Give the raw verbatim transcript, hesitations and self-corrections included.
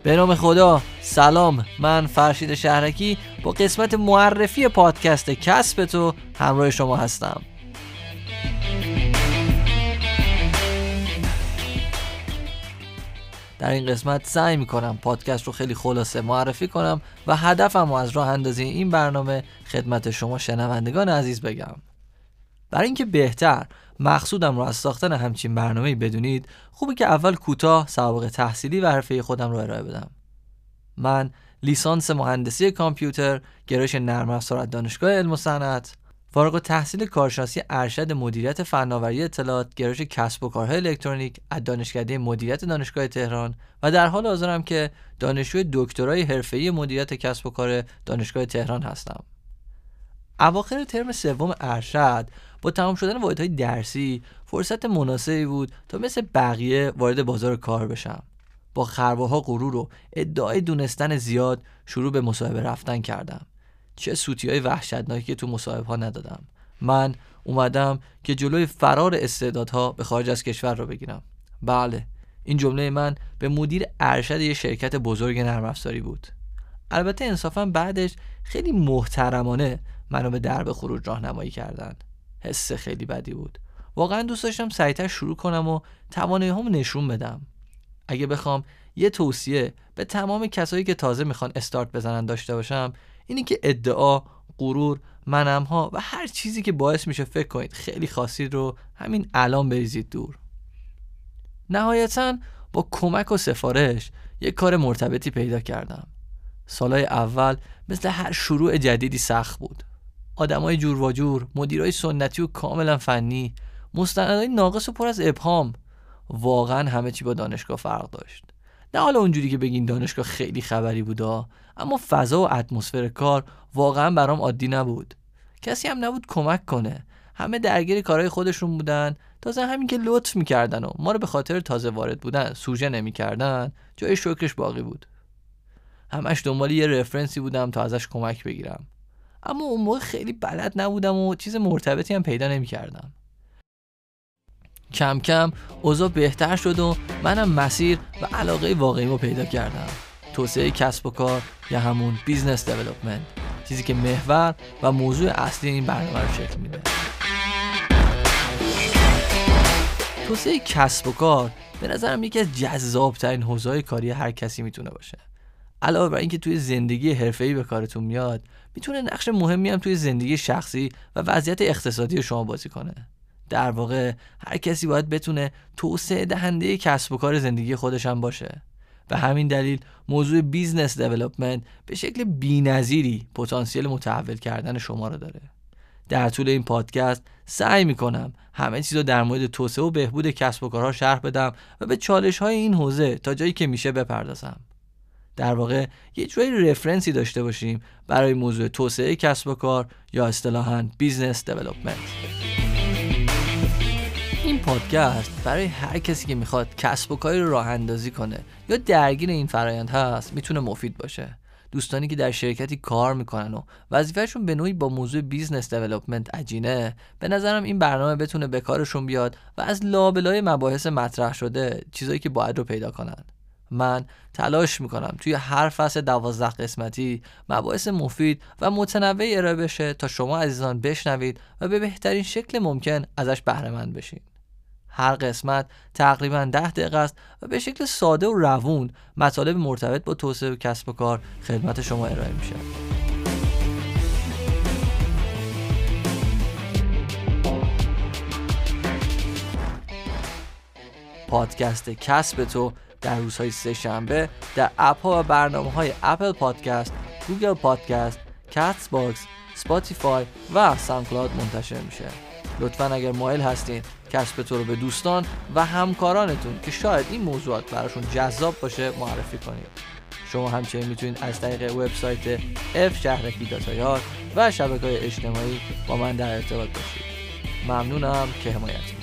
به نام خدا. سلام، من فرشید شهرکی با قسمت معرفی پادکست کسب تو همراه شما هستم. در این قسمت سعی میکنم پادکست رو خیلی خلاصه معرفی کنم و هدفم رو از راه اندازی این برنامه خدمت شما شنوندگان عزیز بگم. برای اینکه بهتر مقصودم رو از ساختن همچین برنامه‌ای بدونید، خوبه که اول کوتاه سابقه تحصیلی و حرفه‌ای خودم رو ارائه بدم. من لیسانس مهندسی کامپیوتر، گرایش نرم افزار از دانشگاه علم و صنعت، فارغ التحصیل کارشناسی ارشد مدیریت فناوری اطلاعات، گرایش کسب و کارهای الکترونیک از دانشکده مدیریت دانشگاه تهران و در حال حاضرم که دانشجوی دکترای حرفه‌ای مدیریت کسب و کار دانشگاه تهران هستم. اواخر ترم سوم ارشد با تمام شدن واحدهای درسی فرصت مناسبی بود تا مثل بقیه وارد بازار کار بشم. با خرباها غرور و ادعای دونستن زیاد شروع به مصاحبه رفتن کردم. چه سوتی‌های وحشتناکی که تو مصاحبه‌ها ندادم. من اومدم که جلوی فرار استعدادها به خارج از کشور رو بگیرم. بله، این جمله من به مدیر ارشد یه شرکت بزرگ نرم افزاری بود. البته انصافا بعدش خیلی محترمانه منو به درب خروج راهنمایی کردن. حس خیلی بدی بود. واقعا دوست داشتم سریعتر شروع کنم و توانایی‌هامو نشون بدم. اگه بخوام یه توصیه به تمام کسایی که تازه میخوان استارت بزنن داشته باشم، اینی که ادعا، غرور، منمها و هر چیزی که باعث میشه فکر کنید خیلی خواستید رو همین الان بریزید دور. نهایتاً با کمک و سفارش یک کار مرتبطی پیدا کردم. سالهای اول مثل هر شروع جدیدی سخت بود. آدمای جور و جور، مدیرای سنتی و کاملا فنی، مستندای ناقص و پر از ابهام. واقعا همه چی با دانشگاه فرق داشت. نه حالا اونجوری که بگین دانشگاه خیلی خبری بودا، اما فضا و اتمسفر کار واقعا برام عادی نبود. کسی هم نبود کمک کنه. همه درگیر کارهای خودشون بودن. تازه همین که لطف میکردن و ما رو به خاطر تازه وارد بودن سوژه نمیکردن، جای شکرش باقی بود. همش دنبال یه رفرنسی بودم تا ازش کمک بگیرم. اما اون موقع خیلی بلد نبودم و چیز مرتبطی هم پیدا نمی‌کردم. کم کم اوضاع بهتر شد و منم مسیر و علاقه واقعیمو پیدا کردم. توسعه کسب و کار یا همون بیزنس دیولپمنت، چیزی که محور و موضوع اصلی این برنامه رو شکل میده. توسعه کسب و کار به نظرم یکی از جذاب‌ترین حوزه‌های کاری هر کسی میتونه باشه. علاوه بر اینکه توی زندگی حرفه‌ای به کارتون میاد، میتونه نقش مهمی هم توی زندگی شخصی و وضعیت اقتصادی شما بازی کنه. در واقع هر کسی باید بتونه توسعه دهنده کسب و کار زندگی خودش هم باشه. به همین دلیل موضوع بیزنس دیولپمنت به شکل بی‌نظیری پتانسیل متحول کردن شما رو داره. در طول این پادکست سعی میکنم همه چیزو در مورد توسعه و بهبود کسب و کارها شرح بدم و به چالش‌های این حوزه تا جایی که میشه بپردازم. در واقع یه جوری رفرنسی داشته باشیم برای موضوع توسعه کسب و کار یا اصطلاحاً بیزنس دیولپمنت. این پادکست برای هر کسی که میخواد کسب و کاری رو راه اندازی کنه یا درگیر این فرآیند هست میتونه مفید باشه. دوستانی که در شرکتی کار میکنن و وظیفه‌شون به نوعی با موضوع بیزنس دیولپمنت عجینه، به نظرم این برنامه بتونه به کارشون بیاد و از لابلای مباحث مطرح شده چیزایی که باید رو پیدا کنن. من تلاش میکنم توی هر فصل دوازده قسمتی مباحث مفید و متنوعی ارائه بشه تا شما عزیزان بشنوید و به بهترین شکل ممکن ازش بهره مند بشین. هر قسمت تقریباً ده دقیقه است و به شکل ساده و روون مطالب مرتبط با توسعه و کسب و کار خدمت شما ارائه میشه. پادکست کسب تو در روزهای سه شنبه در اپ‌ها و برنامه‌های اپل پادکست، گوگل پادکست، کست باکس، اسپاتیفای و ساوندکلاود منتشر میشه. لطفاً اگر مایل هستین کسب تو رو به دوستان و همکارانتون که شاید این موضوعات براشون جذاب باشه معرفی کنید. شما همچنین میتونید از طریق وبسایت اف شهرکی دات آی آر و شبکه‌های اجتماعی با من در ارتباط باشید. ممنونم که حمایت